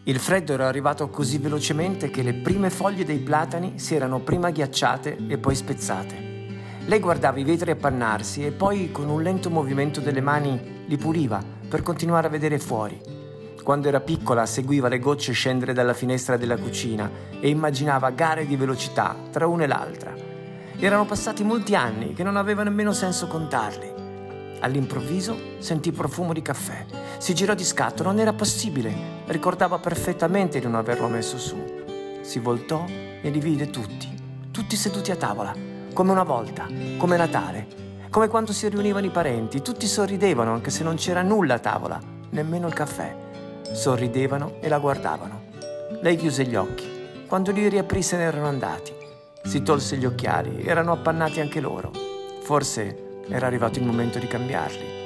Il freddo era arrivato così velocemente che le prime foglie dei platani si erano prima ghiacciate e poi spezzate. Lei guardava i vetri appannarsi e poi con un lento movimento delle mani li puliva per continuare a vedere fuori. Quando era piccola seguiva le gocce scendere dalla finestra della cucina e immaginava gare di velocità tra una e l'altra. Erano passati molti anni che non aveva nemmeno senso contarli. All'improvviso sentì profumo di caffè. Si girò di scatto, non era possibile. Ricordava perfettamente di non averlo messo su. Si voltò e li vide tutti seduti a tavola, come una volta, come Natale, come quando si riunivano i parenti. Tutti sorridevano anche se non c'era nulla a tavola, nemmeno il caffè. Sorridevano e la guardavano. Lei chiuse gli occhi. Quando li riaprì se ne erano andati. Si tolse gli occhiali, erano appannati anche loro. Forse era arrivato il momento di cambiarli.